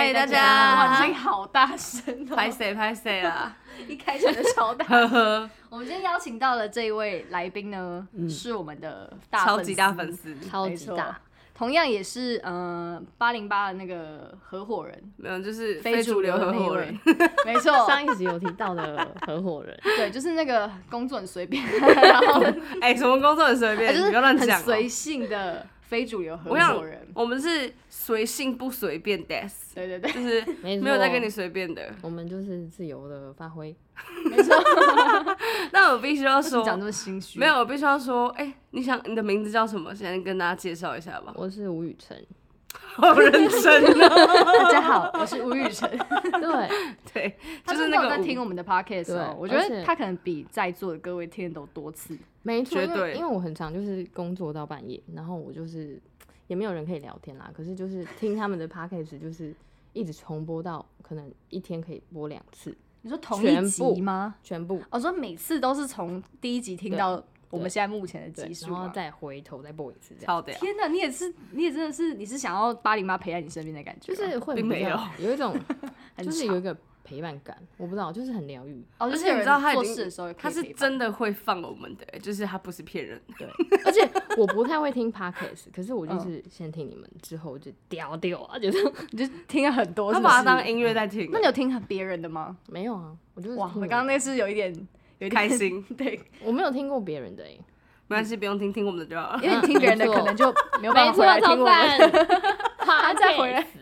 嗨，大家！ 哇，声音好大声哦！ 拍谁啦？ 一开场就超大呵呵， 我们今天邀请到的这一位来宾呢，是我们的超级大粉丝， 超级大。 同样也是808的那个合伙人， 没有，就是非主流合伙人， 没错。 上一集有提到的合伙人， 对，就是那个工作很随便，然后什么工作很随便， 就是不要乱讲， 很随性的非主流合伙人。 我们是随性不随便的， 对， 就是没有在跟你随便的， 我们就是自由的发挥。 没错。 那我必须要说， 讲这么心虚， 没有，我必须要说，你的名字叫什么？先跟大家介绍一下吧。 我是吴宇辰， 好认真哦。 大家好，我是吴宇辰。 对， 他就是那个在听我们的 podcast 哦，我觉得他可能比在座的各位听的都多次。 没错， 绝对， 因为我很常就是工作到半夜，然后我就是也没有人可以聊天啦，可是就是听他们的 podcast 就是一直重播到可能一天可以播2次。 你说同一集吗？ 全部。 我说每次都是从第一集听到我们现在目前的集数， 然后再回头再播一次，这样。超屌！ 天哪，你也真的是，你是想要808陪在你身边的感觉， 就是会并没有有一种，就是有一个陪伴感，我不知道，就是很疗愈。 就是你知道他做事的时候， 他是真的会放我们的，就是他不是骗人的。 对，而且我不太会听 podcast， 可是我就是先听你们，之后就屌啊，你就听了很多， 他把它当音乐在听。 那你有听别人的吗？ 没有啊，我就是哇，我刚刚那是有一点开心。 对， 我没有听过别人的没关系，不用听我们的就好了。 因为你听别人的可能就没有办法回来听我们，他再回来。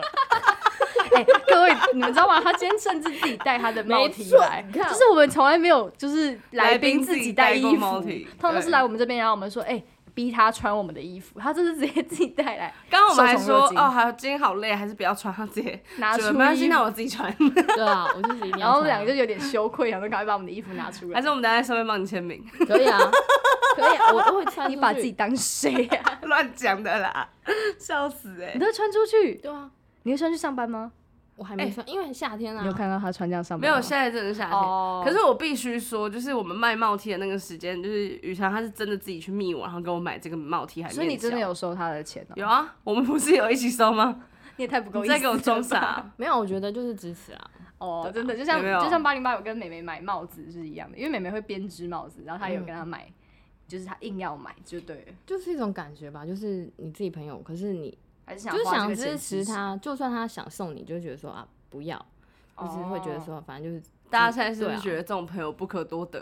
各位，你们知道吗？他今天甚至自己带他的帽 T 来，就是我们从来没有，就是来宾自己带衣服，他们都是来我们这边，然后我们说，逼他穿我们的衣服，他这是直接自己带来。 刚刚我们还说，今天好累，还是不要穿，他直接拿出。 没关系，那我自己穿。 对啊，我就是一定要穿。 然后我们两个就有点羞愧，想说赶快把我们的衣服拿出来。 还是我们等下在上面帮你签名？ 可以啊，我都会穿。 你把自己当谁啊？ 乱讲的啦，笑死你都会穿出去？ 对啊， 你会穿去上班吗？ 我还没穿，因为夏天啊。 你有看到他穿这样上班吗？没有，现在真的是夏天。可是我必须说，就是我们卖帽 T 的那个时间，就是宇翔他是真的自己去密我，然后跟我买这个帽 T，还所以你真的有收他的钱哦？ 有啊，我们不是有一起收吗？ 你也太不够意思了， 你在给我装傻？ 没有，我觉得就是支持啊。 真的就像808有跟妹妹买帽子是一样的，因为妹妹会编织帽子，然后他有跟他买，就是他硬要买就对了。 就是一种感觉吧，就是你自己朋友，可是你还是就是想支持他，就算他想送你，就觉得说啊。不要，就是会觉得说，反正就是大家现在是不是觉得这种朋友不可多得？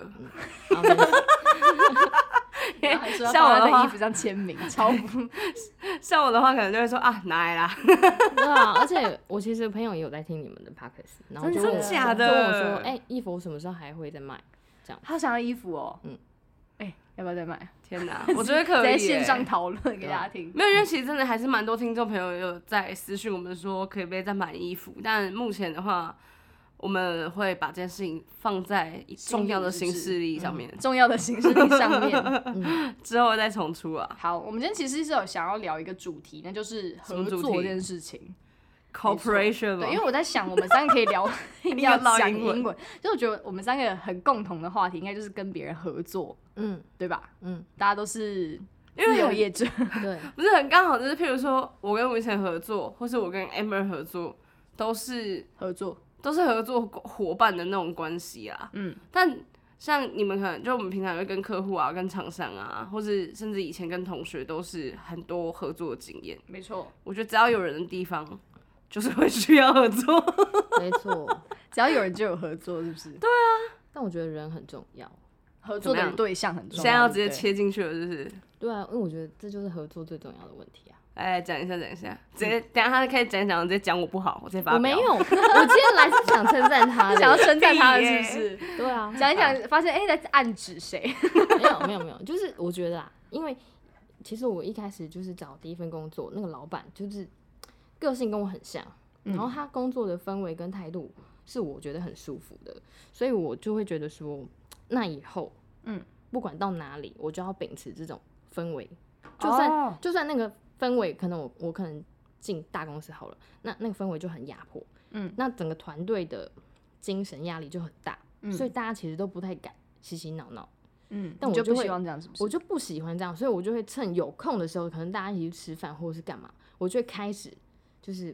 像我在衣服上签名，超不。 像我的话，可能就会说啊，拿来啦。 对啊，而且我其实朋友也有在听你们的 podcast， 然后就问我说，衣服我什么时候还会再卖？这样。 他想要衣服哦，要不要再买？ 天哪，我觉得可以在线上讨论给大家听。 没有，因为其实真的还是蛮多听众朋友有在私讯我们说，可以不可以再买衣服？但目前的话，我们会把这件事情放在重要的行事历上面， 重要的行事历上面， 之后再重出啊。 好，我们今天其实是有想要聊一个主题，那就是合作这件事情。 Corporation 对，因为我在想，我们三个可以聊，一定要讲英文，就我觉得我们三个很共同的话题，应该就是跟别人合作，对吧？大家都是自由业者， 对， 不是很刚好，就是譬如说我跟吴晨合作，或是我跟 Amber 合作，都是合作伙伴的那种关系啦。但像你们可能就我们平常会跟客户啊、跟厂商啊，或是甚至以前跟同学都是很多合作的经验。 没错， 我觉得只要有人的地方。就是会需要合作， 没错， 只要有人就有合作，是不是？ 对啊， 但我觉得人很重要， 合作的对象很重要。 现在要直接切进去了，是不是？ 对啊，因为我觉得这就是合作最重要的问题啊。 讲一下，直接等一下他开始讲，直接讲我不好，我直接发表。 我没有，我今天来是想称赞他的， 想要称赞他的是不是？ 对啊， 讲一讲，发现在暗指谁？ 没有，就是我觉得啊，因为其实我一开始就是找第一份工作，那个老板就是个性跟我很像。然后他工作的氛围跟态度是我觉得很舒服的，所以我就会觉得说，那以后，不管到哪里，我就要秉持这种氛围，就算那个氛围可能我可能进大公司好了，那个氛围就很压迫，那整个团队的精神压力就很大，所以大家其实都不太敢嬉嬉闹闹，但我就不希望这样，是不是？ 我就不喜欢这样，所以我就会趁有空的时候，可能大家一起去吃饭或者是干嘛，我就会开始就是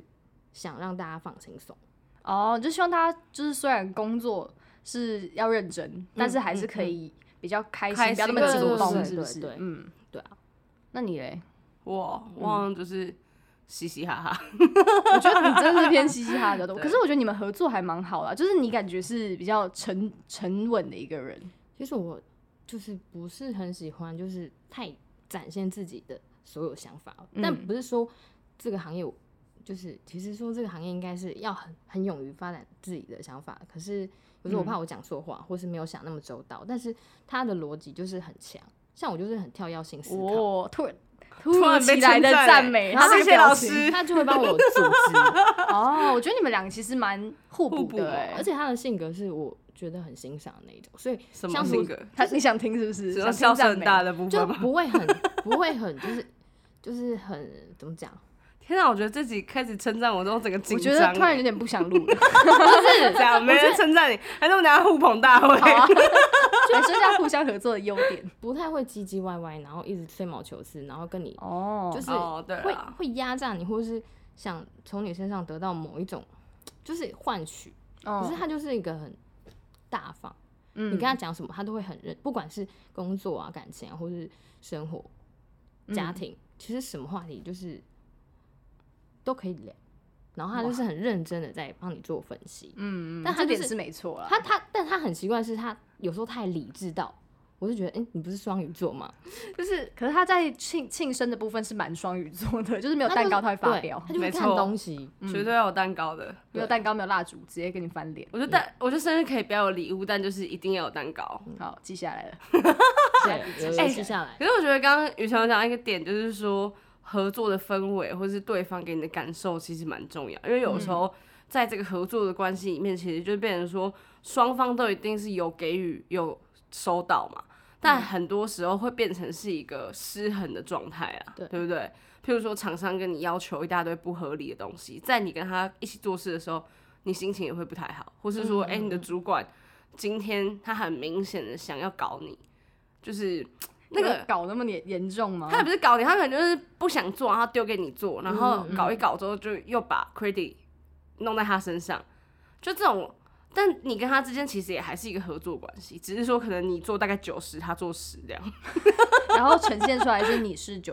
想让大家放轻松。 就希望大家就是虽然工作是要认真，但是还是可以比较开心，不要那么紧绷，是不是？ 对啊。 那你嘞？ 我好像就是嘻嘻哈哈。 我觉得你真的是偏嘻嘻哈哈的，可是我觉得你们合作还蛮好啦，就是你感觉是比较沉稳的一个人。 其实我就是不是很喜欢，就是太展现自己的所有想法，但不是说这个行业就是其实说这个行业应该是要很勇于发展自己的想法，可是有时候我怕我讲错话，或是没有想那么周到，但是他的逻辑就是很强，像我就是很跳跃性思考， 突如其来的赞美， 谢谢老师， 他就会帮我组织。 我觉得你们两个其实蛮互补的而且他的性格是我觉得很欣赏的那一种，所以什么性格？ 你想听是不是？ 想听赞美大的部分吗？ 就不会很就是很怎么讲？ 天啊，我觉得这集开始称赞我，之后整个紧张， 我觉得突然有点不想录了。 不是这样，没人称赞你，还是我们等下互捧大会？ 好啊，来说一下互相合作的优点。 不太会唧唧歪歪，然后一直吹毛求疵，然后跟你就是会压榨你，或是想从你身上得到某一种就是换取。可是他就是一个很大方，你跟他讲什么，他都会很认，不管是工作啊、感情啊，或是生活、家庭，其实什么话题就是都可以聊，然后他就是很认真的在帮你做分析。但他这点是没错啦。 但他很奇怪的是，他有时候太理智到，我就觉得，你不是双鱼座吗？ 可是他在庆生的部分是蛮双鱼座的，就是没有蛋糕他会发飙， 他就会看东西， 绝对要有蛋糕的， 没有蛋糕没有蜡烛，直接跟你翻脸。 我觉得生日可以不要有礼物，但就是一定要有蛋糕。 好，记下来了。 对，记下来。 可是我觉得刚刚雨辰讲一个点，就是说合作的氛围或是对方给你的感受其实蛮重要，因为有时候在这个合作的关系里面，其实就变成说双方都一定是有给予有收到嘛，但很多时候会变成是一个失衡的状态啊，对不对？譬如说厂商跟你要求一大堆不合理的东西，在你跟他一起做事的时候，你心情也会不太好，或是说你的主管今天他很明显的想要搞你，就是那个搞那么严重吗？ 他也不是搞你，他可能就是不想做，然后丢给你做，然后搞一搞之后就又把 credit 弄在他身上，就这种。但你跟他之间其实也还是一个合作关系，只是说可能你做大概90，他做10这样， 然后呈现出来是你是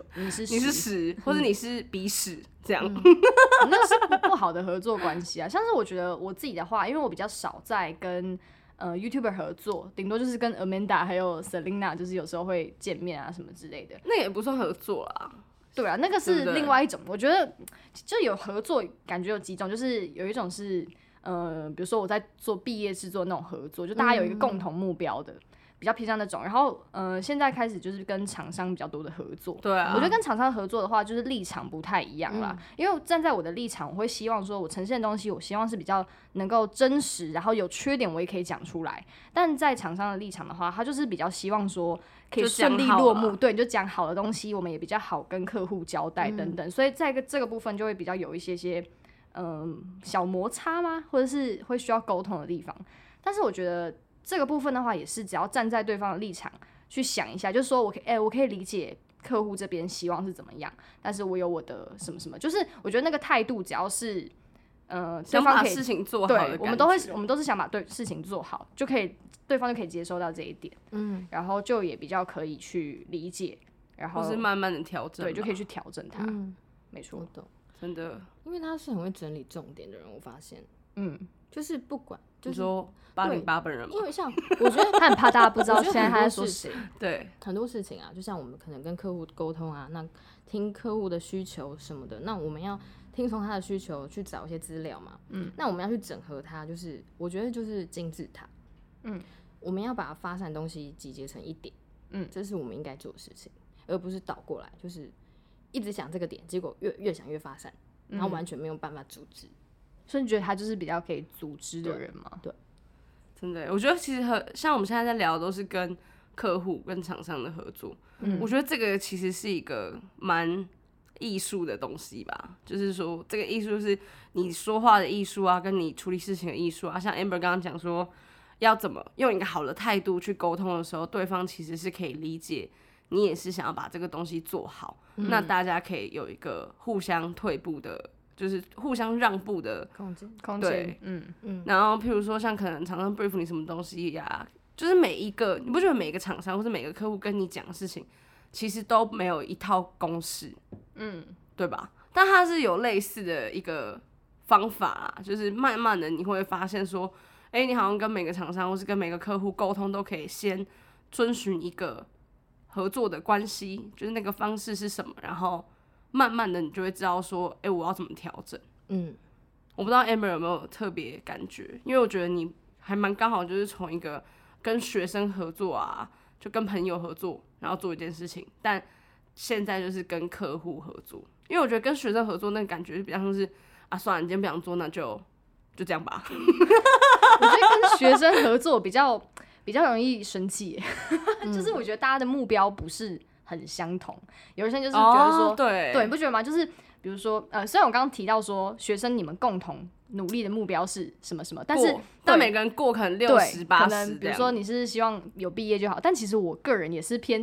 10，或者你是比10这样， 那是不好的合作关系啊。像是我觉得我自己的话，因为我比较少在跟YouTuber 合作，顶多就是跟 Amanda 还有 Selina， 就是有时候会见面啊什么之类的， 那也不算合作啦。 对啊，那个是另外一种。我觉得就有合作，感觉有几种，就是有一种是。比如说我在做毕业制作那种合作，就大家有一个共同目标的，比较偏向那种。然后现在开始就是跟厂商比较多的合作。 对啊， 我觉得跟厂商合作的话，就是立场不太一样啦。因为站在我的立场，我会希望说我呈现的东西，我希望是比较能够真实，然后有缺点我也可以讲出来。但在厂商的立场的话，他就是比较希望说可以顺利落幕，对，你就讲好的东西，我们也比较好跟客户交代等等。所以在这个部分就会比较有一些。小摩擦吗？或者是会需要沟通的地方？但是我觉得这个部分的话，也是只要站在对方的立场去想一下，就是说我可以理解客户这边希望是怎么样，但是我有我的什么什么，就是我觉得那个态度只要是对方可以把事情做好的感觉， 对，我们都是想把事情做好，就可以对方就可以接收到这一点，然后就也比较可以去理解，然后或是慢慢的调整， 对，就可以去调整它，没错， 真的， 因为他是很会整理重点的人，我发现，就是不管，就是你说808本人嘛， 因为像我觉得他很怕大家不知道现在他在说谁， 对， 很多事情啊，就像我们可能跟客户沟通啊，那听客户的需求什么的，那我们要听从他的需求去找一些资料嘛，那我们要去整合它，就是我觉得就是精致它，我们要把发散的东西集结成一点，这是我们应该做的事情，而不是倒过来，就是一直想这个点，结果越想越发散，然后完全没有办法组织。 所以你觉得他就是比较可以组织的人吗？ 对， 真的，我觉得其实像我们现在在聊的都是跟客户、跟厂商的合作。我觉得这个其实是一个蛮艺术的东西吧，就是说这个艺术是你说话的艺术啊，跟你处理事情的艺术啊。像 Amber 刚刚讲说，要怎么用一个好的态度去沟通的时候，对方其实是可以理解。你也是想要把这个东西做好，那大家可以有一个互相退步的就是互相让步的空间， 对，然后譬如说像可能厂商 brief 你什么东西呀，就是每一个你不觉得每一个厂商或是每个客户跟你讲的事情，其实都没有一套公式，对吧？但它是有类似的一个方法啊，就是慢慢的你会发现说，你好像跟每个厂商或是跟每个客户沟通都可以先遵循一个合作的关系，就是那个方式是什么，然后慢慢的你就会知道说，我要怎么调整。我不知道 Amber 有没有特别感觉，因为我觉得你还蛮刚好，就是从一个跟学生合作啊，就跟朋友合作，然后做一件事情，但现在就是跟客户合作，因为我觉得跟学生合作那个感觉就比较像是算了，你今天不想做，那就这样吧。 我觉得跟学生合作比较容易生气，就是我觉得大家的目标不是很相同，有些人就是觉得说，对，你不觉得吗？就是比如说，虽然我刚刚提到说学生你们共同努力的目标是什么什么，但每个人过可能60%、80%，可能比如说你是希望有毕业就好，但其实我个人也是偏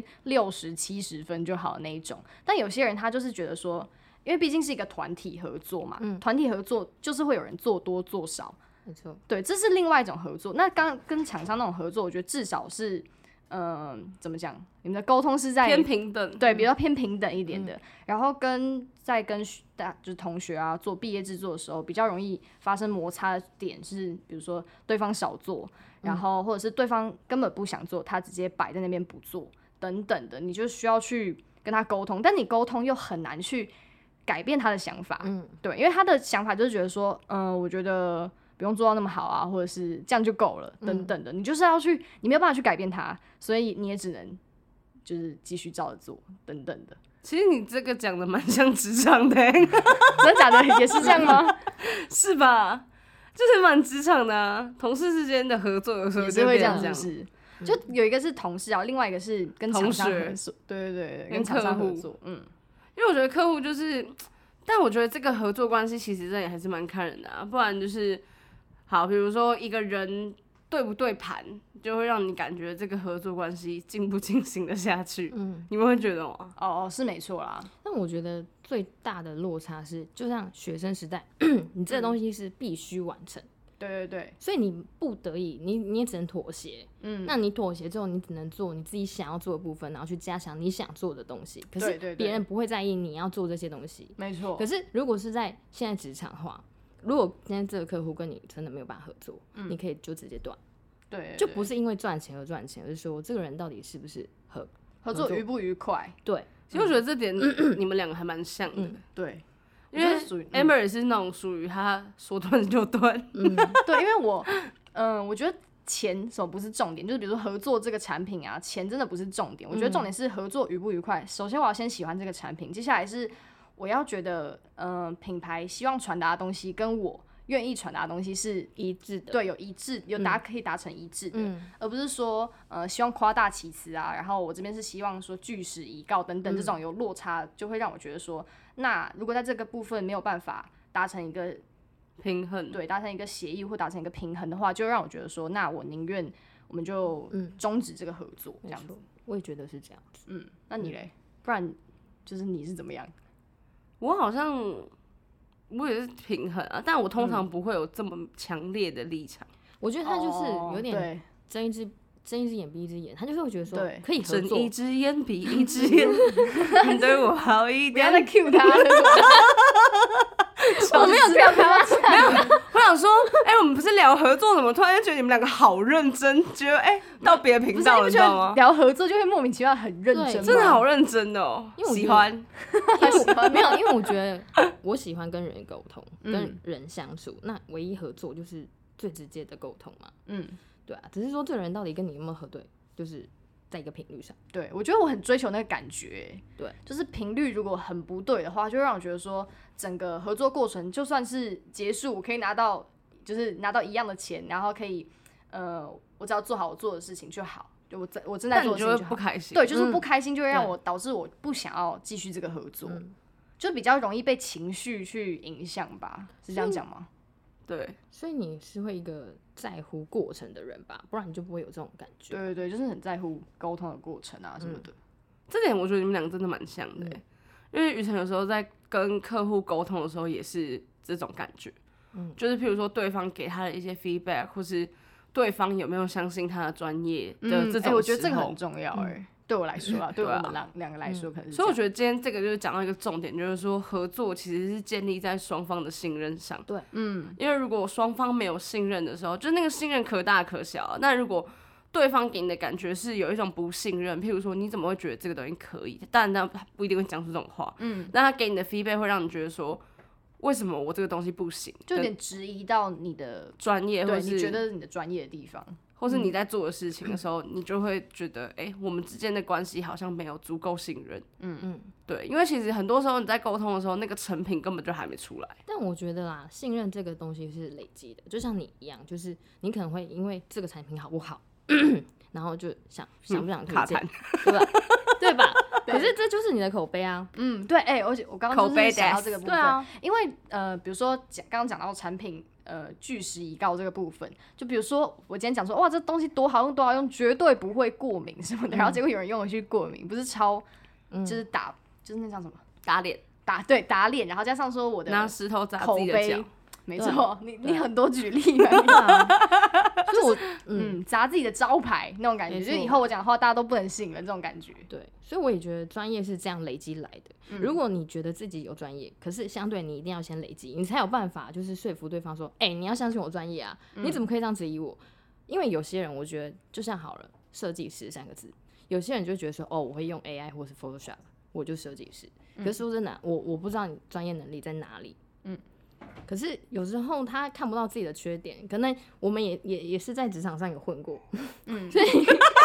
60、70分就好的那一种。但有些人他就是觉得说，因为毕竟是一个团体合作嘛，团体合作就是会有人做多做少， 没错， 对，这是另外一种合作。那刚跟厂商那种合作，我觉得至少是。怎么讲？你们的沟通是在偏平等， 对，比较偏平等一点的。然后在跟就是同学啊做毕业制作的时候，比较容易发生摩擦的点是，比如说对方少做，然后或者是对方根本不想做，他直接摆在那边不做等等的，你就需要去跟他沟通，但你沟通又很难去改变他的想法，对，因为他的想法就是觉得说，我觉得。不用做到那么好啊，或者是这样就够了，等等的，你就是要去，你没有办法去改变它，所以你也只能就是继续照着做，等等的。 其实你这个讲的蛮像职场的， 真的假的？也是这样吗？ 是吧？就是蛮职场的啊，同事之间的合作有时候也是会这样子，就有一个是同事啊，另外一个是跟厂商合作，对，跟厂商合作，因为我觉得客户就是，但我觉得这个合作关系其实真的还是蛮看人的啊，不然就是。好，比如说一个人对不对盘，就会让你感觉这个合作关系进不进行的下去。你们会觉得吗？ 哦，是没错啦。 但我觉得最大的落差是，就像学生时代，你这个东西是必须完成。 对， 所以你不得已，你也只能妥协。那你妥协之后，你只能做你自己想要做的部分，然后去加强你想做的东西。可是别人不会在意你要做这些东西。 没错。 可是如果是在现在职场的话，如果今天这个客户跟你真的没有办法合作，你可以就直接断。 对， 就不是因为赚钱而赚钱，而是说这个人到底是不是合作愉不愉快？ 对， 其实我觉得这点你们两个还蛮像的。 对， 因为 Amber 也是那种属于他说断就断。 对，因为我觉得钱什么不是重点，就是比如说合作这个产品啊，钱真的不是重点。我觉得重点是合作愉不愉快。首先我要先喜欢这个产品，接下来是我要觉得品牌希望传达的东西跟我愿意传达的东西是一致的， 对，有一致，可以达成一致的，而不是说希望夸大其词啊，然后我这边是希望说据实以告等等，这种有落差就会让我觉得说，那如果在这个部分没有办法达成一个平衡， 对，达成一个协议或达成一个平衡的话，就让我觉得说，那我宁愿我们就终止这个合作，这样子。 我也觉得是这样子。 那你嘞？不然就是你是怎么样？ 我好像我也是平衡啊，但我通常不会有这么强烈的立场。 我觉得他就是有点睁一只眼闭一只眼，他就是会觉得说可以合作， 睁一只眼闭一只眼，你对我好一点。 不要再 cue 他了。 我没有这样他， 没有。我想说，我们不是聊合作，怎么突然觉得你们两个好认真？觉得到别的频道了，你知道吗？ 聊合作就会莫名其妙很认真， 真的好认真的哦。 因为我喜欢， 没有，因为我觉得我喜欢跟人沟通，跟人相处。那唯一合作就是最直接的沟通嘛。对啊，只是说这个人到底跟你有没有合对，就是在一个频率上。 对，我觉得我很追求那个感觉。 对， 就是频率如果很不对的话，就会让我觉得说，整个合作过程就算是结束，可以拿到一样的钱，然后可以我只要做好我做的事情就好，就我正在做的事情就好。但你就会不开心。 对，就是不开心，就会让我导致我不想要继续这个合作，就比较容易被情绪去影响吧？是这样讲吗？ 对， 所以你是会一个在乎过程的人吧，不然你就不会有这种感觉。 对，就是很在乎沟通的过程啊什么的。 这点我觉得你们两个真的蛮像的。因因为雨辰有时候在跟客户沟通的时候也是这种感觉，就是譬如说对方给他的一些 feedback， 或是对方有没有相信他的专业的这种时候， 我觉得这个很重要对我来说啊，对我们两个来说可能是。 所以我觉得今天这个就是讲到一个重点，就是说合作其实是建立在双方的信任上。 对， 因为如果双方没有信任的时候，就那个信任可大可小那如果对方给你的感觉是有一种不信任，譬如说你怎么会觉得这个东西可以？当然他不一定会讲出这种话，但他给你的 feedback 会让你觉得说，为什么我这个东西不行？ 就有点质疑到你的专业， 对，你觉得你的专业的地方。 或是你在做的事情的时候，你就会觉得，我们之间的关系好像没有足够信任。对，因为其实很多时候你在沟通的时候，那个成品根本就还没出来。 但我觉得啦，信任这个东西是累积的，就像你一样，就是你可能会因为这个产品好不好，然后就想不想推荐，对吧？可是这就是你的口碑啊。 对，我刚刚就是想到这个部分，因为比如说刚刚讲到产品。据实以告这个部分，就比如说我今天讲说，哇，这东西多好用，多好用，绝对不会过敏什么的，然后结果有人用了去过敏，不是超，就是就是那叫什么打脸， 打脸，然后加上说我的拿石头砸自己的脚， 没错，你很多举例嘛，就是砸自己的招牌那种感觉，就是以后我讲的话大家都不能信了这种感觉。 对，所以我也觉得专业是这样累积来的。如果你觉得自己有专业，可是相对你一定要先累积，你才有办法就是说服对方说，你要相信我专业啊，你怎么可以这样质疑我？因为有些人我觉得就像好了，设计师3个字，有些人就觉得说，我会用 AI 或是 Photoshop， 我就设计师。可是说真的，我不知道你专业能力在哪里。可是有时候他看不到自己的缺点，可能我们也是在职场上有混过，所以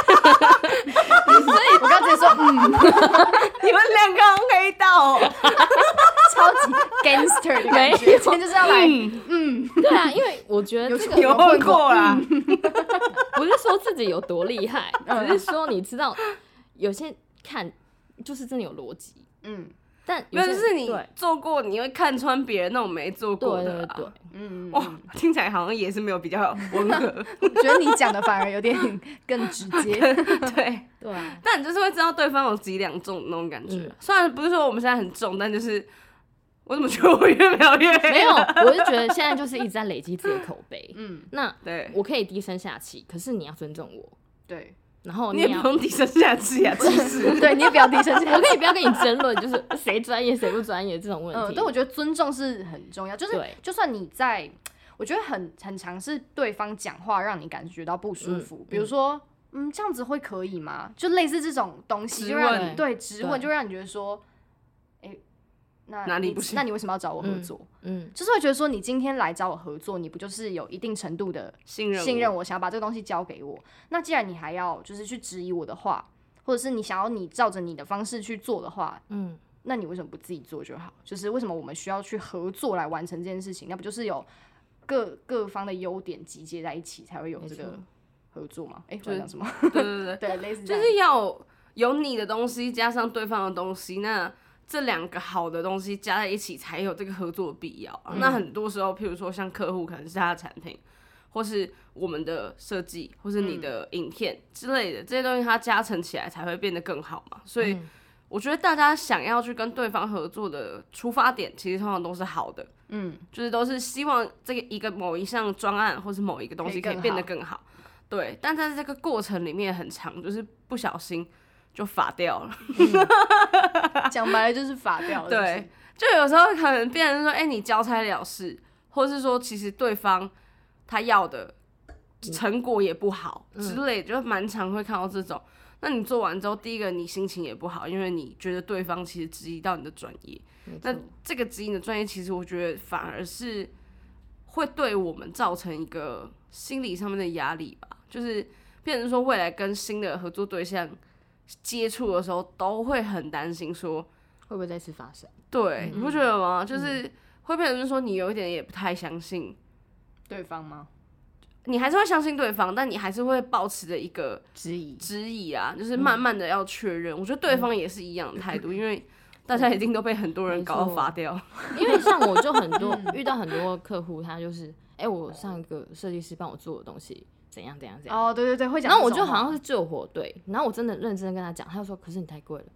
我刚直接说， 你们两个好黑道超级 gangster 的感觉，今天就是要来， 对啊，因为我觉得这个有混过啦， 不是说自己有多厉害，只是说你知道有些看就是真的有逻辑，但没有，就是你做过，你会看穿别人那种没做过的。 对， 哇，听起来好像也是没有比较温和。 我觉得你讲的反而有点更直接。 对，但你就是会知道对方有几两重的那种感觉。虽然不是说我们现在很重，但就是我怎么觉得我越描越黑？ 没有，我是觉得现在就是一直在累积自己的口碑。那对， 我可以低声下气，可是你要尊重我。 对。 然后你也不用低声下气啊，其实对，你也不要低声下气。 我可以不要跟你争论，就是谁专业谁不专业这种问题。 但我觉得尊重是很重要，就是就算你在，我觉得很常是对方讲话让你感觉到不舒服，比如说这样子会可以吗？就类似这种东西，就让你质问，就让你觉得说， 哪里不行？ 那你为什么要找我合作？就是会觉得说，你今天来找我合作，你不就是有一定程度的信任我，想要把这个东西交给我？那既然你还要就是去质疑我的话，或者是你想要你照着你的方式去做的话，那你为什么不自己做就好？就是为什么我们需要去合作来完成这件事情？那不就是有各方的优点集结在一起，才会有这个合作吗？我在讲什么？对，类似这样， 就是要有你的东西加上对方的东西，那这两个好的东西加在一起，才有这个合作的必要。那很多时候，譬如说像客户可能是他的产品，或是我们的设计，或是你的影片之类的，这些东西它加成起来才会变得更好嘛。所以我觉得大家想要去跟对方合作的出发点，其实通常都是好的，就是都是希望这个一个某一项专案或是某一个东西可以变得更好。对，但在这个过程里面很长，就是不小心就法掉了， 讲白了就是法掉了。 对，就有时候可能变成说，你交差了事，或是说其实对方他要的成果也不好之类的，就蛮常会看到这种。那你做完之后，第一个你心情也不好，因为你觉得对方其实质疑到你的专业。那这个质疑你的专业，其实我觉得反而是会对我们造成一个心理上面的压力吧，就是变成说未来跟新的合作对象接触的时候，都会很担心说会不会再次发生。 对，你不觉得吗？就是会变成说你有一点也不太相信对方吗？ 你还是会相信对方，但你还是会抱持着一个质疑啊，就是慢慢的要确认。我觉得对方也是一样的态度，因为大家一定都被很多人搞到发掉。 因为像我就遇到很多客户，他就是我上一个设计师帮我做的东西怎样。 哦，对，会讲。 然后我就好像是救火队，然后我真的认真跟他讲，他就说：“可是你太贵了。”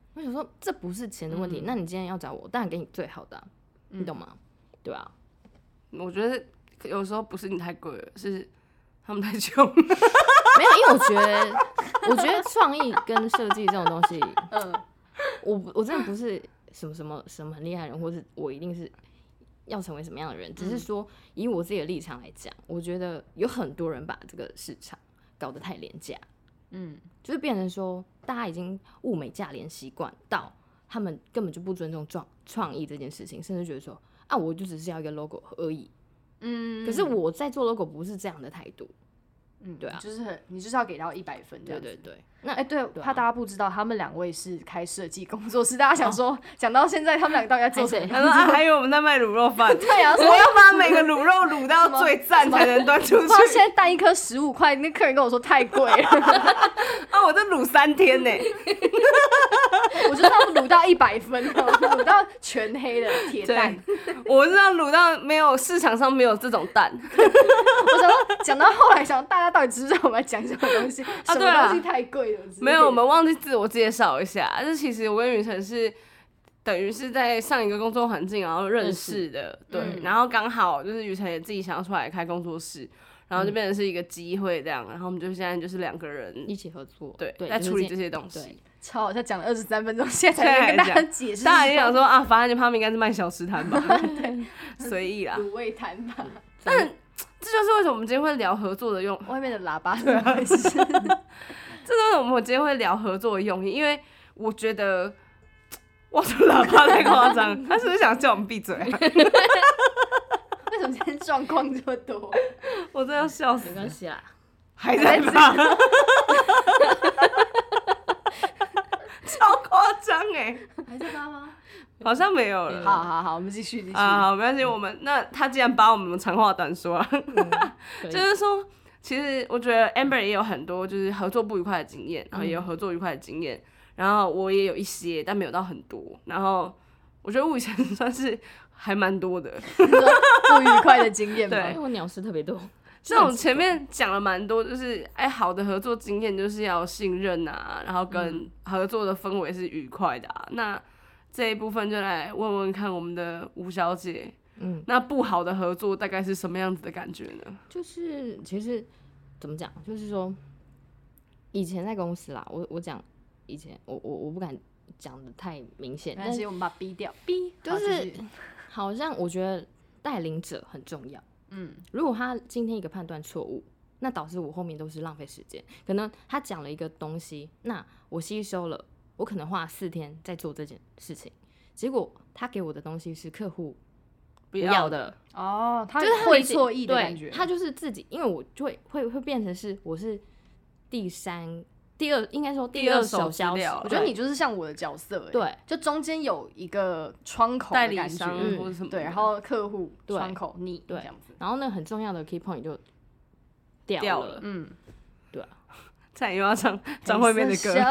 我想说这不是钱的问题，那你今天要找我，当然给你最好的啊，你懂吗？对啊， 我觉得有时候不是你太贵了，是他们太穷。 没有，因为我觉得创意跟设计这种东西，我真的不是什么很厉害的人，或是我一定是要成为什么样的人，只是说以我自己的立场来讲，我觉得有很多人把这个市场搞得太廉价，就是变成说大家已经物美价廉习惯到他们根本就不尊重创意这件事情，甚至觉得说啊，我就只是要一个 logo 而已，可是我在做 logo 不是这样的态度。对啊， 就是你就是要给到100分这样子。 对。 那对，怕大家不知道，他们2位是开设计工作室。大家想说，讲到现在，他们2个到底在做什么？ 他说还有我们在卖卤肉饭。 对啊， 我要把每个卤肉卤到最赞才能端出去。 现在单一颗15块，那客人跟我说太贵了。 啊，我这卤3天呢。 我就是要卤到100分哦，卤到全黑的铁蛋。 我是要卤到没有市场上没有这种蛋。 我想说，讲到后来，想大家到底知不知道我们在讲什么东西？什么东西太贵了？ 没有，我们忘记自我介绍一下。就其实我跟雨辰是等于是在上一个工作环境然后认识的，对。然后刚好就是雨辰也自己想要出来开工作室，然后就变成是一个机会这样。然后我们就现在就是2个人一起合作， 对，在处理这些东西。 超好，他讲了23分钟，现在才跟大家解释。 大家也想说啊，反正他们应该是卖小吃摊吧，随意啦， 卤味摊吧。 但这就是为什么我们今天会聊合作的用外面的喇叭是怎么回事？这就是为什么我今天会聊合作的用意，因为我觉得我的喇叭太夸张，他是不是想叫我们闭嘴啊？ 为什么今天状况这么多？ 我真的要笑死。 没关系啦， 还在发。超夸张哎！ 还在发吗？ 好像没有了。 好，我们继续。 好，没关系。我们那他既然把我们长话短说了，就是说，其实我觉得 Amber 也有很多就是合作不愉快的经验，然后也有合作愉快的经验，然后我也有一些，但没有到很多。然后我觉得我以前算是还蛮多的不愉快的经验。 对，因为我鸟事特别多。 像我前面讲了蛮多，就是好的合作经验就是要信任啊，然后跟合作的氛围是愉快的啊。那这一部分就来问问看我们的吴小姐，那不好的合作大概是什么样子的感觉呢？ 就是其实怎么讲，就是说以前在公司啦，我讲以前我不敢讲的太明显， 但是我们把它逼掉， 就是好像我觉得带领者很重要。如果他今天一个判断错误，那导致我后面都是浪费时间。可能他讲了一个东西，那我吸收了，我可能花4天在做这件事情，结果他给我的东西是客户不要的哦，他就是会错意的感觉。 他就是自己，因为我就会变成是我是应该说第二手消息。 我觉得你就是像我的角色， 对， 就中间有一个窗口的感觉， 或者什么， 对，然后客户窗口你对这样子， 然后那很重要的 key point 就掉了，对啊， 再又要唱张惠妹的歌，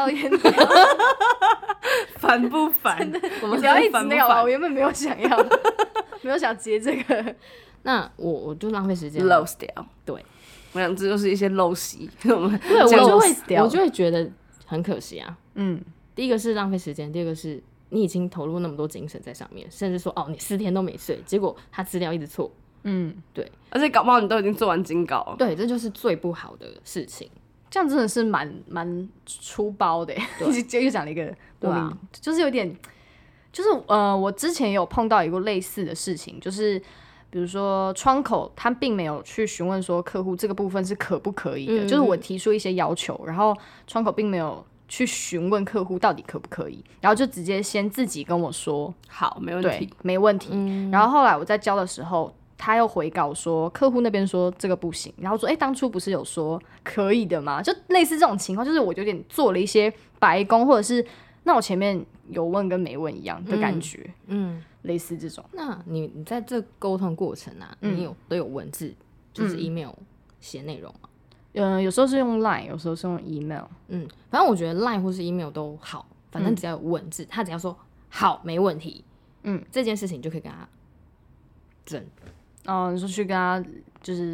烦不烦？ 我们不要一直没有啊，我原本没有想要，没有想接这个， 那我就浪费时间 ，lose 掉， 对。 我想这就是一些陋习，对， 我就会觉得很可惜啊。第一个是浪费时间，第二个是你已经投入那么多精神在上面，甚至说你4天都没睡，结果他资料一直错，对， 而且搞不好你都已经做完精稿了， 对，这就是最不好的事情。 这样真的是蛮粗暴的，又讲了一个， 对啊， 就是有点，就是我之前有碰到一个类似的事情，就是比如说窗口他并没有去询问说客户这个部分是可不可以的，就是我提出一些要求，然后窗口并没有去询问客户到底可不可以，然后就直接先自己跟我说好，没问题， 对，没问题。然后后来我在交的时候，他又回稿说客户那边说这个不行，然后说当初不是有说可以的吗？就类似这种情况，就是我有点做了一些白工，或者是那我前面有问跟没问一样的感觉，类似这种。 那你在这沟通过程啊，你都有文字，就是 email 写内容吗？ 有时候是用 Line， 有时候是用 email。 反正我觉得 Line 或是 email 都好，反正只要有文字，他只要说好没问题，这件事情就可以跟他争。 你说去跟他就是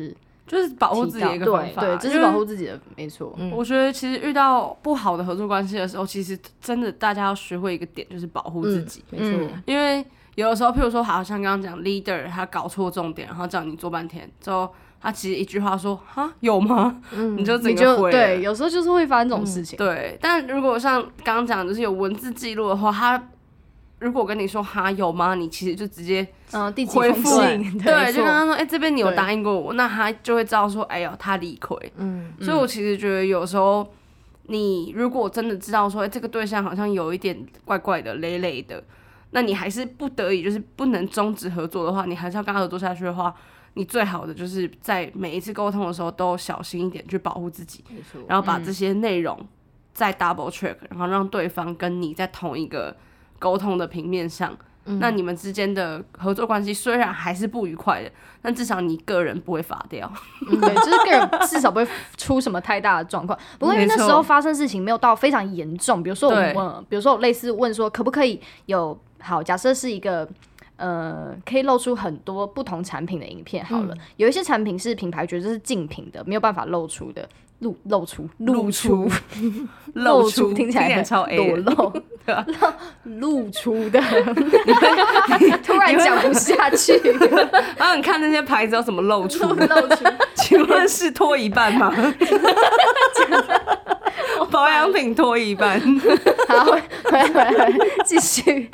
就是保护自己的一个方法。 对，这是保护自己的，没错。 我觉得其实遇到不好的合作关系的时候，其实真的大家要学会一个点，就是保护自己。 没错， 因为有的时候，譬如说，好像刚刚讲 leader 他搞错重点，然后叫你做半天之后，他其实一句话说哈有吗？你就整个毁了。 对，有时候就是会发生这种事情。 对，但如果像刚刚讲，就是有文字记录的话，他如果跟你说哈有吗？你其实就直接回复，对，就跟他说这边你有答应过我，那他就会知道说哎呦他理亏。所以我其实觉得有时候你如果真的知道说这个对象好像有一点怪怪的、累累的，那你还是不得已就是不能终止合作的话，你还是要跟他合作下去的话，你最好的就是在每一次沟通的时候都小心一点去保护自己，然后把这些内容再 double check， 然后让对方跟你在同一个沟通的平面上，那你们之间的合作关系虽然还是不愉快的，但至少你个人不会发掉。 对，就是个人至少不会出什么太大的状况。不过因为那时候发生事情没有到非常严重，比如说我类似问说可不可以有好，假设是一个可以露出很多不同产品的影片好了，有一些产品是品牌觉得是竞品的，没有办法露出的。露出听起来超裸露，露出的，突然讲不下去。 然后你看那些牌子要怎么露出？请问是脱一半吗？保养品脱一半。 好，回来继续。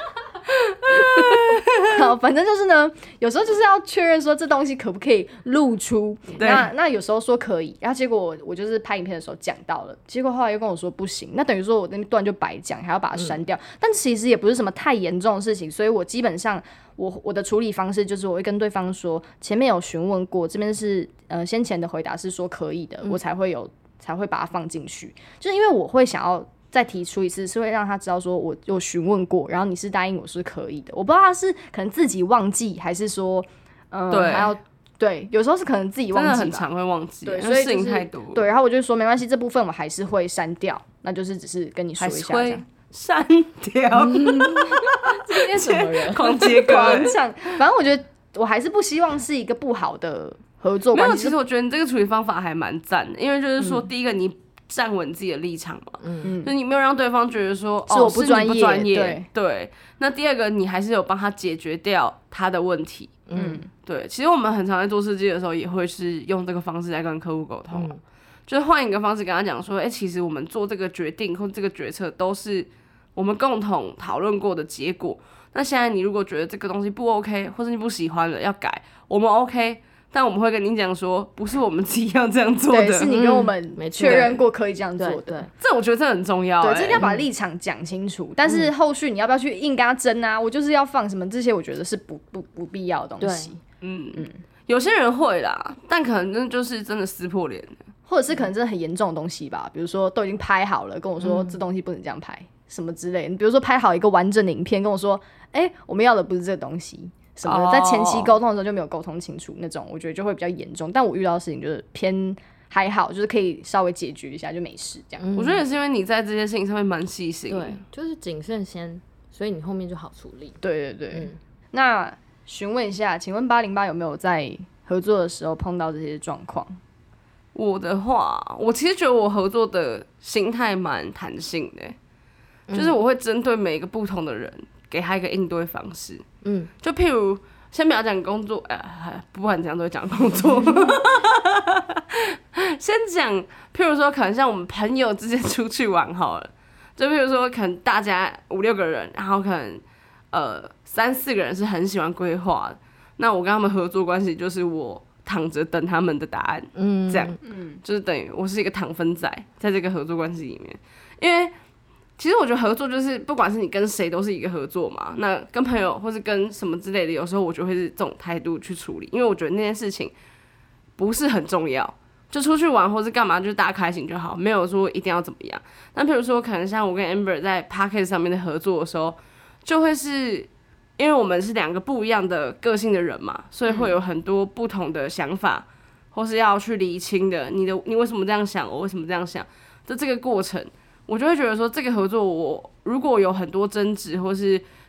好，反正就是呢，有时候就是要确认说这东西可不可以露出。那有时候说可以，然后结果我就是拍影片的时候讲到了，结果后来又跟我说不行，那等于说我那段就白讲，还要把它删掉。但其实也不是什么太严重的事情，所以我基本上我的处理方式就是我会跟对方说，前面有询问过，这边是先前的回答是说可以的，我才会把它放进去，就是因为我会想要再提出一次，是会让他知道说我有询问过，然后你是答应我是可以的。我不知道他是可能自己忘记，还是说还要对，有时候是可能自己忘记， 真的很常会忘记， 对，所以事情太多。 对，然后我就说没关系，这部分我还是会删掉，那就是只是跟你说一下这样。 删掉， 今天什么人狂接歌， 反正我觉得我还是不希望是一个不好的合作关系。 没有，其实我觉得你这个处理方法还蛮赞的，因为就是说，第一个你站稳自己的立场嘛，就你没有让对方觉得说是我不专业，对。那第二个，你还是有帮他解决掉他的问题，对。其实我们很常在做设计的时候，也会是用这个方式来跟客户沟通，就是换一个方式跟他讲说，其实我们做这个决定或这个决策都是我们共同讨论过的结果。那现在你如果觉得这个东西不 OK， 或者你不喜欢了要改，我们 OK。但我们会跟你讲说，不是我们自己要这样做的， 对，是你跟我们确认过可以这样做的。 这我觉得这很重要， 对，这一定要把立场讲清楚。但是后续你要不要去硬跟他争啊？我就是要放什么这些，我觉得是不必要的东西。 有些人会啦，但可能就是真的撕破脸， 或者是可能真的很严重的东西吧。比如说都已经拍好了，跟我说这东西不能这样拍，什么之类的。你比如说拍好一个完整的影片，跟我说，我们要的不是这个东西。什么的，在前期沟通的时候就没有沟通清楚，那种我觉得就会比较严重。但我遇到的事情就是偏还好，就是可以稍微解决一下就没事这样。 我觉得也是因为你在这些事情上面蛮细心， 对，就是谨慎先，所以你后面就好处理。 对对对。那询问一下，请问808有没有在合作的时候碰到这些状况？ 我的话，我其实觉得我合作的心态蛮弹性的，就是我会针对每一个不同的人，给他一个应对方式。就譬如先不要讲工作，不管怎样都会讲工作。先讲，譬如说可能像我们朋友之间出去玩好了，就譬如说可能大家5-6个人，然后可能3-4个人是很喜欢规划的，那我跟他们合作关系就是我躺着等他们的答案，这样，就是等于我是一个糖分仔，在这个合作关系里面，因为。其实我觉得合作就是不管是你跟谁都是一个合作嘛，那跟朋友或是跟什么之类的，有时候我就会是这种态度去处理，因为我觉得那件事情不是很重要，就出去玩或是干嘛，就是大家开心就好，没有说一定要怎么样。那譬如说可能像我跟 Amber 在 Podcast 上面的合作的时候，就会是因为我们是2个不一样的个性的人嘛，所以会有很多不同的想法，或是要去厘清的，你为什么这样想，我为什么这样想的这个过程。我就会觉得说，这个合作我如果有很多争执，或是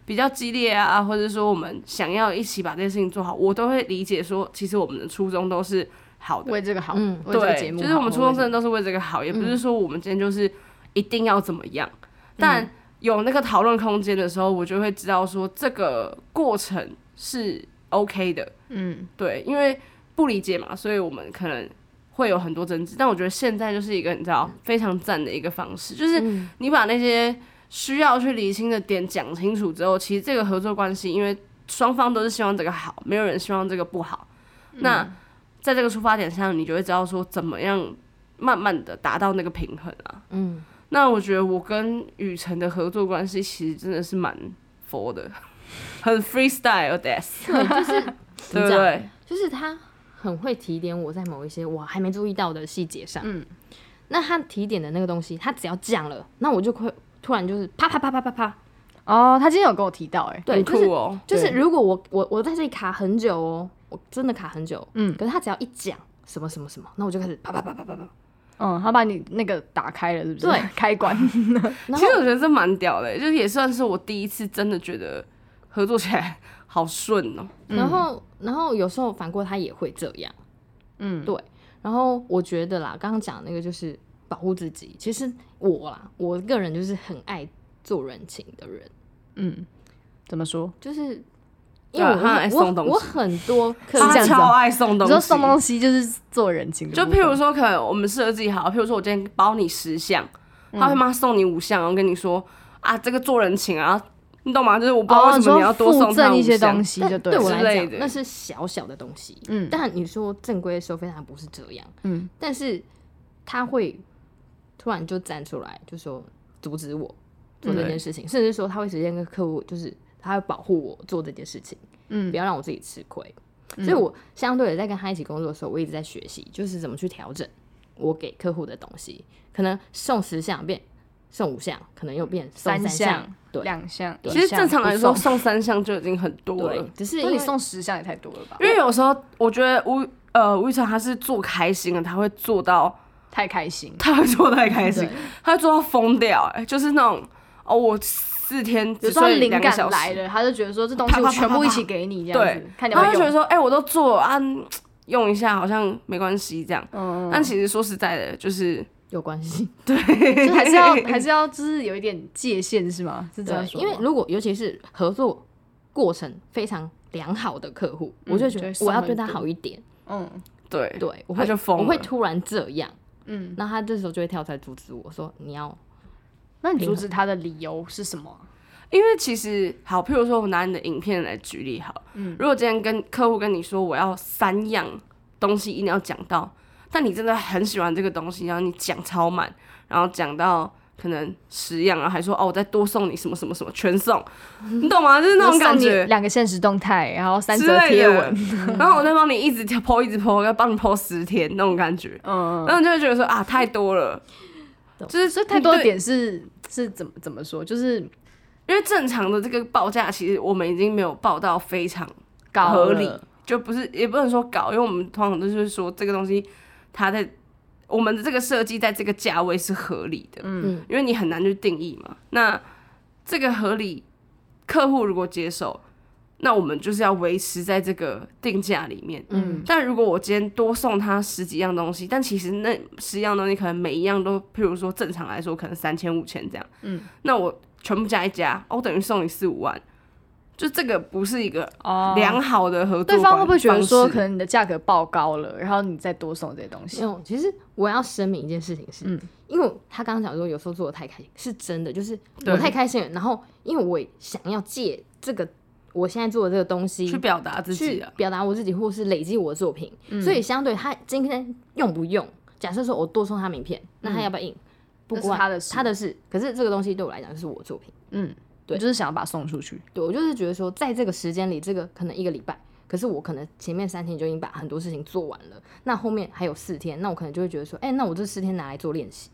比较激烈啊，或者说我们想要一起把这件事情做好，我都会理解说，其实我们的初衷都是好的， 为这个好，为这个节目好， 就是我们初衷真的都是为这个好，也不是说我们今天就是一定要怎么样，但有那个讨论空间的时候，我就会知道说这个过程是 OK 的，对，因为不理解嘛，所以我们可能会有很多争执，但我觉得现在就是一个你知道非常赞的一个方式，就是你把那些需要去厘清的点讲清楚之后，其实这个合作关系，因为双方都是希望这个好，没有人希望这个不好，那在这个出发点上，你就会知道说怎么样慢慢的达到那个平衡啊，那我觉得我跟雨辰的合作关系其实真的是蛮佛的，很 freestyle death， 对，就是对不对？ 就是他很会提点我在某一些我还没注意到的细节上，那他提点的那个东西，他只要讲了，那我就会突然就是啪啪啪啪啪啪。 哦，他今天有跟我提到， 对， 很酷哦， 就是如果我在这里卡很久哦，我真的卡很久，可是他只要一讲什么什么什么，那我就开始啪啪啪啪啪啪。 他把你那个打开了，是不是？ 对， 开关。 其实我觉得这蛮屌的，就是也算是我第一次真的觉得合作起来好顺哦。 然后有时候反过他也会这样，对。然后我觉得啦，刚刚讲那个就是保护自己。其实我个人就是很爱做人情的人。 怎么说？ 就是因为我很多客人他超爱送东西， 你说送东西就是做人情的， 就譬如说可能我们设计好，譬如说我今天包你10项，他会马上送你5项，然后跟你说啊这个做人情啊，你懂吗？就是我不知道为什么你要多送他一些东西，就对我来讲那是小小的东西。但你说正规的收费当不是这样，但是他会突然就站出来，就说阻止我做这件事情，甚至说他会直接跟客户就是他会保护我做这件事情，不要让我自己吃亏。所以我相对的在跟他一起工作的时候，我一直在学习，就是怎么去调整我给客户的东西，可能送10项变送5项，可能又变送3项，对 ，2项。 其实正常来说，送3项就已经很多了， 只是因为你送10项也太多了吧？ 因为有时候我觉得吴宇辰他是做开心了，他会做到太开心， 他会做太开心，他会做到疯掉，就是那种我4天只睡2个小时来了，他就觉得说这东西我全部一起给你这样子，看你他会觉得说我都做啊，用一下好像没关系这样，但其实说实在的，就是有关系， 对， 就还是要就是有一点界限是吗？是这样说吗？ 因为如果尤其是合作过程非常良好的客户，我就觉得我要对他好一点， 对， 他就疯了， 我会突然这样，那他这时候就会跳出来阻止我说你要。 那你阻止他的理由是什么？ 因为其实好，譬如说我拿你的影片来举例好，如果今天跟客户跟你说我要3样东西一定要讲到，但你真的很喜欢这个东西，然后你讲超满，然后讲到可能10样，然后还说我再多送你什么什么什么全送，你懂吗？就是那种感觉 ，2个限时动态，然后3则贴文， 然后我再帮你一直po一直po，要帮你po10天那种感觉，然后你就会觉得说太多了，就是所以太多的点是怎么说？就是因为正常的这个报价，其实我们已经没有报到非常合理，就不是也不能说高，因为我们通常都是说这个东西它在我们的这个设计在这个价位是合理的，因为你很难去定义嘛。那这个合理，客户如果接受，那我们就是要维持在这个定价里面。但如果我今天多送他10几样东西，但其实那10样东西可能每一样都，譬如说正常来说可能3000、5000这样，那我全部加一加，我等于送你4、5万，就这个不是一个良好的合作。 对方会不会觉得说，可能你的价格报高了，然后你再多送这些东西？ 其实我要声明一件事情是，因为他刚刚讲说有时候做的太开心，是真的，就是我太开心了，然后因为我想要借这个我现在做的这个东西去表达自己， 去表达我自己，或是累积我的作品，所以相对他今天用不用，假设说我多送他名片，那他要不要印？不关他的事，可是这个东西对我来讲就是我的作品， 对，我就是想要把它送出去。 对，我就是觉得说，在这个时间里，这个可能1个礼拜，可是我可能前面3天就已经把很多事情做完了，那后面还有4天，那我可能就会觉得说，那我这4天拿来做练习，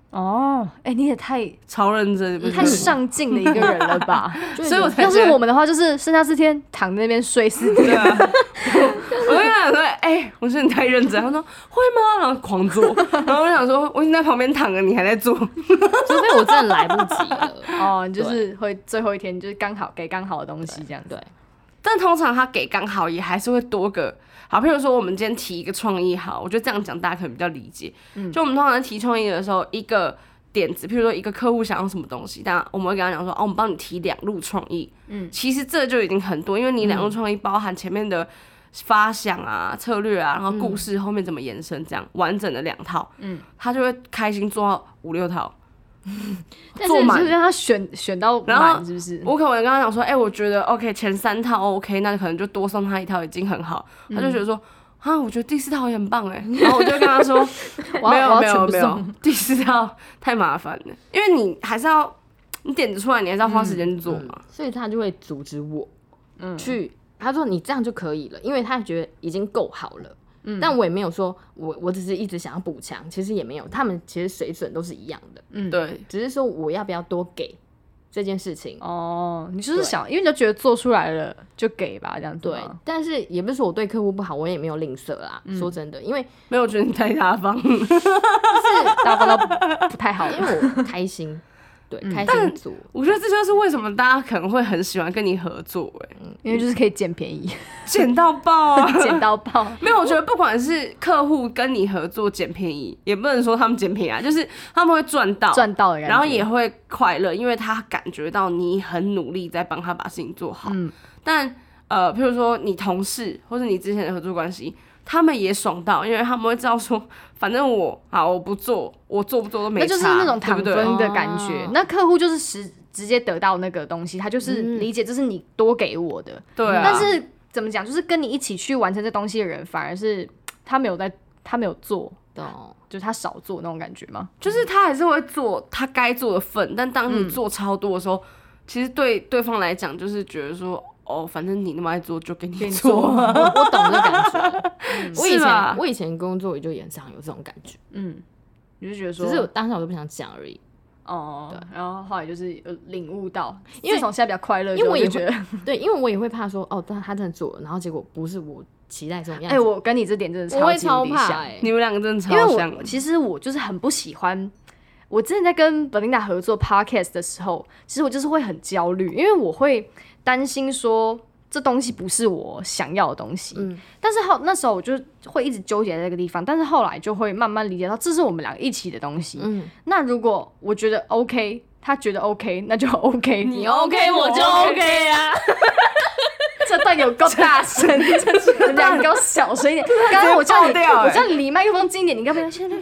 哦，你也太超认真， 太上进的一个人了吧？ 所以我要是我们的话，就是剩下4天躺在那边睡4天。 我跟他讲说，我说你太认真，他说会吗？然后狂做，然后我想说，我已经在旁边躺着，你还在做，除非我真的来不及了。 你就是会最后一天就是刚好给刚好的东西这样子。 对， 但通常他给刚好也还是会多个。好，譬如说我们今天提一个创意，好，我觉得这样讲大家可能比较理解。就我们通常在提创意的时候，一个点子，譬如说一个客户想要什么东西，但我们会跟他讲说，我们帮你提2路创意。其实这就已经很多，因为你2路创意包含前面的发想啊、策略啊，然后故事后面怎么延伸，这样完整的2套，他就会开心做到5、6套。 做满就是让他选到满，是不是？ 我可能跟他讲说，我觉得 OK 前3套 OK， 那可能就多送他1套已经很好。他就觉得说，我觉得第4套也很棒然后我就跟他说，没有，第4套太麻烦了，因为你还是要你点子出来，你还是要花时间做嘛。 所以他就会阻止我，去他说你这样就可以了，因为他觉得已经够好了。但我也没有说我只是一直想要补强，其实也没有，他们其实水准都是一样的。 对， 只是说我要不要多给这件事情。 你就是想，因为你就觉得做出来了就给吧，这样子。 对，但是也不是说我对客户不好，我也没有吝啬啦。说真的，因为没有觉得你太大方， 就是大方到不太好， 因为我开心。对，开心做。 我觉得这就是为什么大家可能会很喜欢跟你合作， 因为就是可以捡便宜， 捡到爆啊， 捡到爆。 没有，我觉得不管是客户跟你合作捡便宜，也不能说他们捡便宜啊，就是他们会赚到的感觉， 然后也会快乐，因为他感觉到你很努力在帮他把事情做好。但譬如说你同事或是你之前的合作关系，他们也爽到，因为他们会知道说，反正我不做，我做不做都没差， 那就是那种糖分的感觉。那客户就是直接得到那个东西，他就是理解这是你多给我的。 对啊。 但是怎么讲，就是跟你一起去完成这东西的人，反而是他没有做，就是他少做那种感觉吗？ 就是他还是会做他该做的份，但当你做超多的时候，其实对对方来讲就是觉得说，反正你那么爱做，就给你做。 我懂这感觉。我以前工作也就也常有这种感觉。 你就觉得说， 只是我当时我都不想讲而已。 对，然后后来就是领悟到，因为从现在比较快乐， 因为我也觉得对，因为我也会怕说，他真的做了，然后结果不是我期待这种样子。 我跟你这点真的我会超怕你们2个真的超像。 因为其实我就是很不喜欢。我之前在跟 Belinda 合作 podcast 的时候，其实我就是会很焦虑，因为我会担心说这东西不是我想要的东西。但是那时候我就会一直纠结在这个地方，但是后来就会慢慢理解到这是我们2个一起的东西。那如果我觉得 OK， 他觉得 OK， 那就 OK， 你 OK 我就 OK 啊。 这段有够大声，2个给我小声一点。刚刚我叫你离麦克风近一点，你要不要现在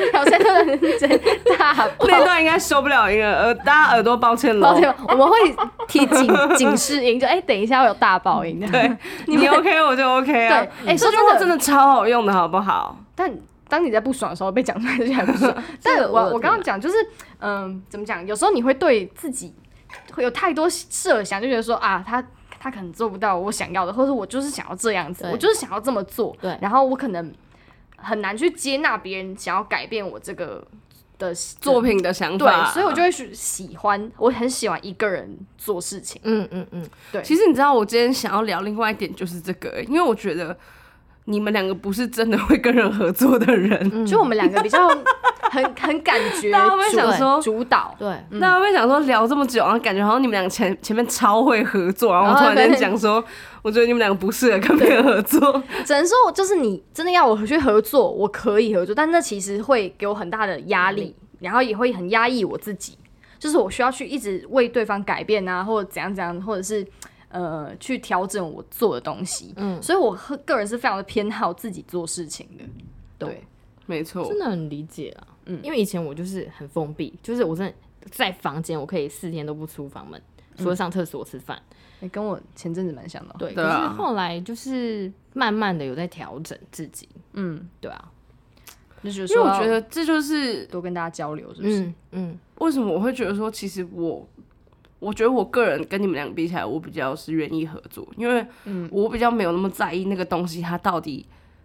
大爆？ 那段应该受不了音了，大家耳朵抱歉了。 抱歉，我们会提警示音，就等一下会有大爆音的。 对，你 OK 我就 OK 啊。 对， 这句话真的超好用的，好不好？ 但当你在不爽的时候被讲出来，就还不爽。但我刚刚讲就是，怎么讲？有时候你会对自己会有太多设想，就觉得说他可能做不到我想要的，或者我就是想要这样子，我就是想要这么做。 对， 然后我可能很难去接纳别人想要改变我这个的作品的想法。 对，所以我就会我很喜欢一个人做事情。对。 其实你知道，我今天想要聊另外一点就是这个，因为我觉得你们2个不是真的会跟人合作的人， 就我们2个比较很感觉， 大家会想说主导， 对， 大家会想说聊这么久，然后感觉好像你们2个前面超会合作，然后我突然间讲说，我觉得你们2个不适合跟别人合作。 只能说，就是你真的要我去合作，我可以合作，但那其实会给我很大的压力，然后也会很压抑我自己，就是我需要去一直为对方改变啊，或者怎样，或者是去调整我做的东西。所以我个人是非常的偏好自己做事情的。对， 没错， 真的很理解啊。因为以前我就是很封闭，就是我真的在房间我可以4天都不出房门，除了上厕所吃饭。 跟我前阵子蛮像的。 对，可是后来就是慢慢的有在调整自己。对啊， 因为我觉得这就是多跟大家交流，是不是？ 为什么我会觉得说，其实我觉得我个人跟你们2个比起来，我比较是愿意合作，因为我比较没有那么在意那个东西它到底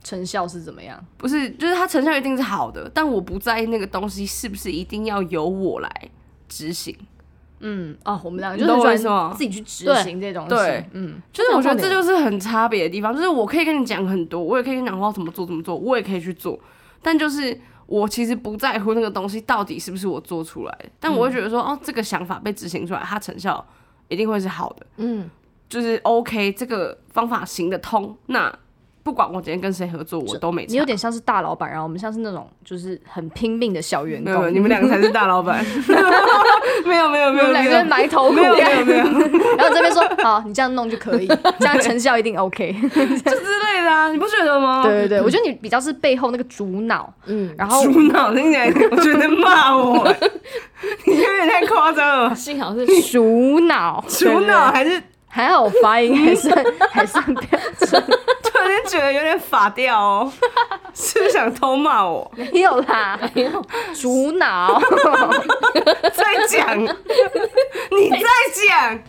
成效是怎么样？ 不是，就是它成效一定是好的，但我不在意那个东西是不是一定要由我来执行。 我们两个就是喜欢自己去执行这种东西。 对，就是我觉得这就是很差别的地方，就是我可以跟你讲很多，我也可以跟你讲怎么做，我也可以去做，但就是我其实不在乎那个东西到底是不是我做出来的，但我会觉得说，这个想法被执行出来，它成效一定会是好的，就是 OK， 这个方法行得通，那不管我今天跟谁合作，我都没差。 你有点像是大老板，然后我们像是那种就是很拼命的小员工。 没有，你们两个才是大老板。没有，我们两个人埋头苦干。没有。然后这边说好，你这样弄就可以，这样成效一定 OK， 就之类的啊，你不觉得吗？ 对，我觉得你比较是背后那个主脑，然后主脑听起来我觉得骂我，你有点太夸张了。 幸好是主脑还好，我发音还算标准。 突然间觉得有点法调哦，是不是想偷骂我？ 没有啦，没有。主脑再讲，你再讲，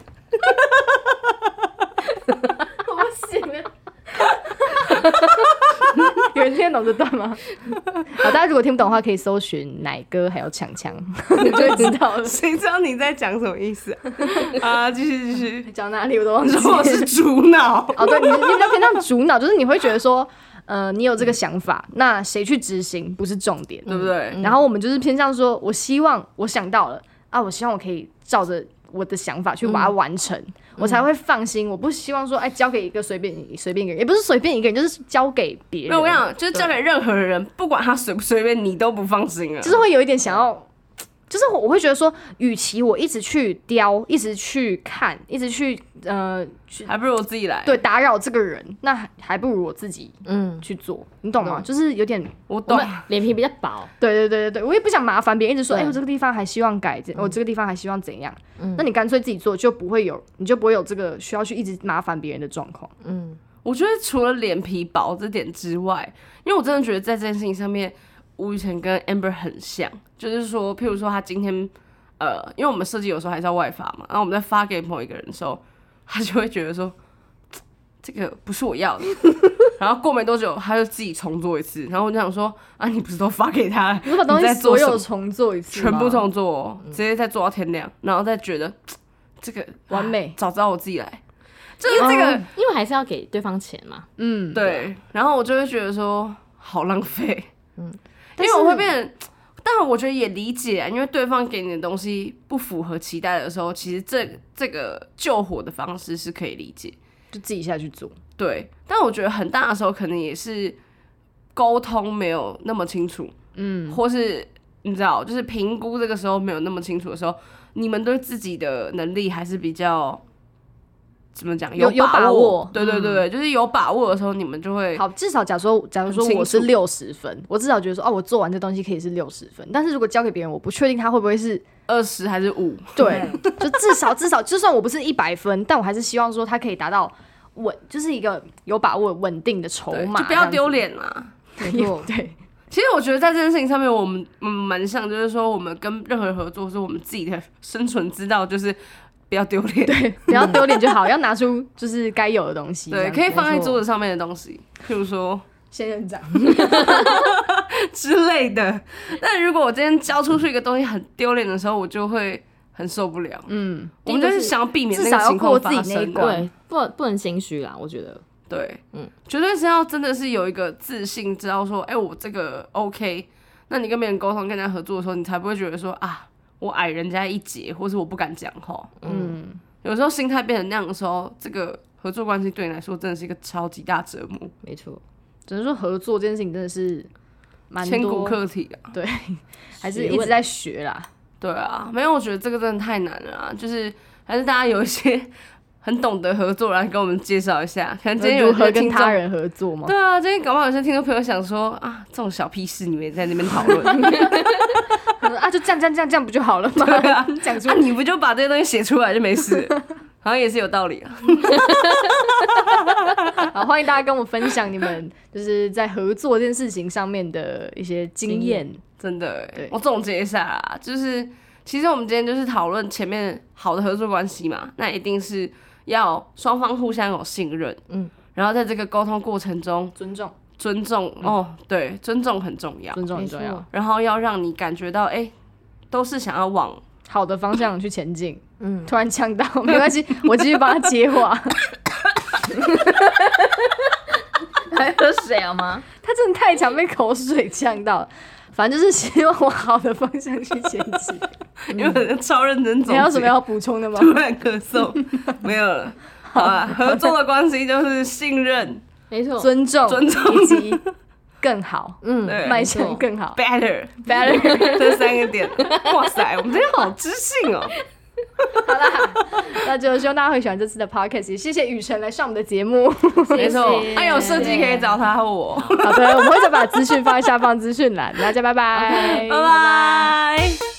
我不行了。有人听得懂这段吗？好，大家如果听不懂的话，可以搜寻奶哥还有强强，你就会知道了。 谁知道你在讲什么意思啊？继续， 讲哪里我都忘记了。 我是主脑哦，对，你比较偏向主脑，就是你会觉得说，你有这个想法，那谁去执行不是重点， 对不对？ 然后我们就是偏向说，我希望我想到了啊，我希望我可以照着我的想法去把它完成，我才会放心。我不希望说，交给一个随便一个人，也不是随便一个人，就是交给别人。 没有，我跟你讲，就是交给任何人，不管他随不随便，你都不放心啊。 就是会有一点想要。就是我会觉得说，与其我一直去雕，一直去看，一直去还不如我自己来。 对，打扰这个人，那还不如我自己去做，你懂吗？就是有点我懂， 脸皮比较薄。 对，我也不想麻烦别人，一直说，我这个地方还希望改，我这个地方还希望怎样。那你干脆自己做，你就不会有这个需要去一直麻烦别人的状况。 我觉得除了脸皮薄这点之外，因为我真的觉得在这件事情上面，吴宇晨跟 Amber 很像，就是说，譬如说他今天，因为我们设计有时候还是要外发嘛，然后我们在发给某一个人的时候，他就会觉得说，这个不是我要的，然后过没多久他就自己重做一次，然后我就想说，啊，你不是都发给他了， 你把东西所有重做一次， 全部重做，直接再做到天亮，然后再觉得这个完美， 早知道我自己来。就是这个， 因为还是要给对方钱嘛。 对。然后我就会觉得说，好浪费。因为我会变成，但我觉得也理解，因为对方给你的东西不符合期待的时候，其实这个救火的方式是可以理解， 就自己下去做。 对。但我觉得很大的时候，可能也是沟通没有那么清楚，或是你知道，就是评估这个时候没有那么清楚的时候，你们对自己的能力还是比较。怎么讲？有把握，对，就是有把握的时候，你们就会好。至少假如说我是60分，我至少觉得说，我做完这东西可以是60分。但是如果交给别人，我不确定他会不会是 20还是5。 对，就至少，就算我不是100分，但我还是希望说他可以达到就是一个有把握、稳定的筹码， 就不要丢脸啦。 对。 其实我觉得在这件事情上面，我们蛮像，就是说我们跟任何人合作，是我们自己的生存之道，就是。不要丢脸， 对，不要丢脸就好，要拿出就是该有的东西， 对，可以放在桌子上面的东西，譬如说仙人掌之类的。但如果我今天交出去一个东西很丢脸的时候，我就会很受不了。我们就是想要避免那个情况发生， 对，不能心虚啦，我觉得。 对，绝对是要真的是有一个自信，知道说，我这个 OK。那你跟别人沟通、跟人家合作的时候，你才不会觉得说啊。我矮人家一截，或是我不敢讲话。有时候心态变成那样的时候，这个合作关系对你来说真的是一个超级大折磨。 没错， 只能说合作这件事情真的是蛮多千古课题啊。 对，还是一直在学啦。 对啊，没有，我觉得这个真的太难了啊。就是还是大家有一些很懂得合作，来跟我们介绍一下。可能今天有如何跟他人合作吗？ 对啊，今天搞不好有些听众朋友想说啊，这种小屁事你们也在那边讨论。 就这样不就好了吗？讲出你不就把这些东西写出来就没事，好像也是有道理啊。 好，欢迎大家跟我分享你们就是在合作这件事情上面的一些经验。 真的，我总结一下啦，就是其实我们今天就是讨论前面好的合作关系嘛，那一定是要双方互相有信任，然后在这个沟通过程中尊重。 尊重哦，对，尊重很重要， 尊重很重要。 然后要让你感觉到，都是想要往好的方向去前进。突然呛到，没关系，我继续帮他接话。 还喝水好吗？ 他真的太强，被口水呛到了。反正就是希望往好的方向去前进。 因为超认真总结。 你还有什么要补充的吗？ 突然咳嗽，没有了。好啊，合作的关系就是信任， 没错， 尊重以及更好，迈向更好 ，better 这3个点。哇塞，我们今天好知性哦。 好啦，那就希望大家会喜欢这次的 podcast， 也谢谢雨辰来上我们的节目。 没错，有设计可以找他和我。 好的，我们会再把资讯放在下方资讯栏。大家拜拜， 拜拜。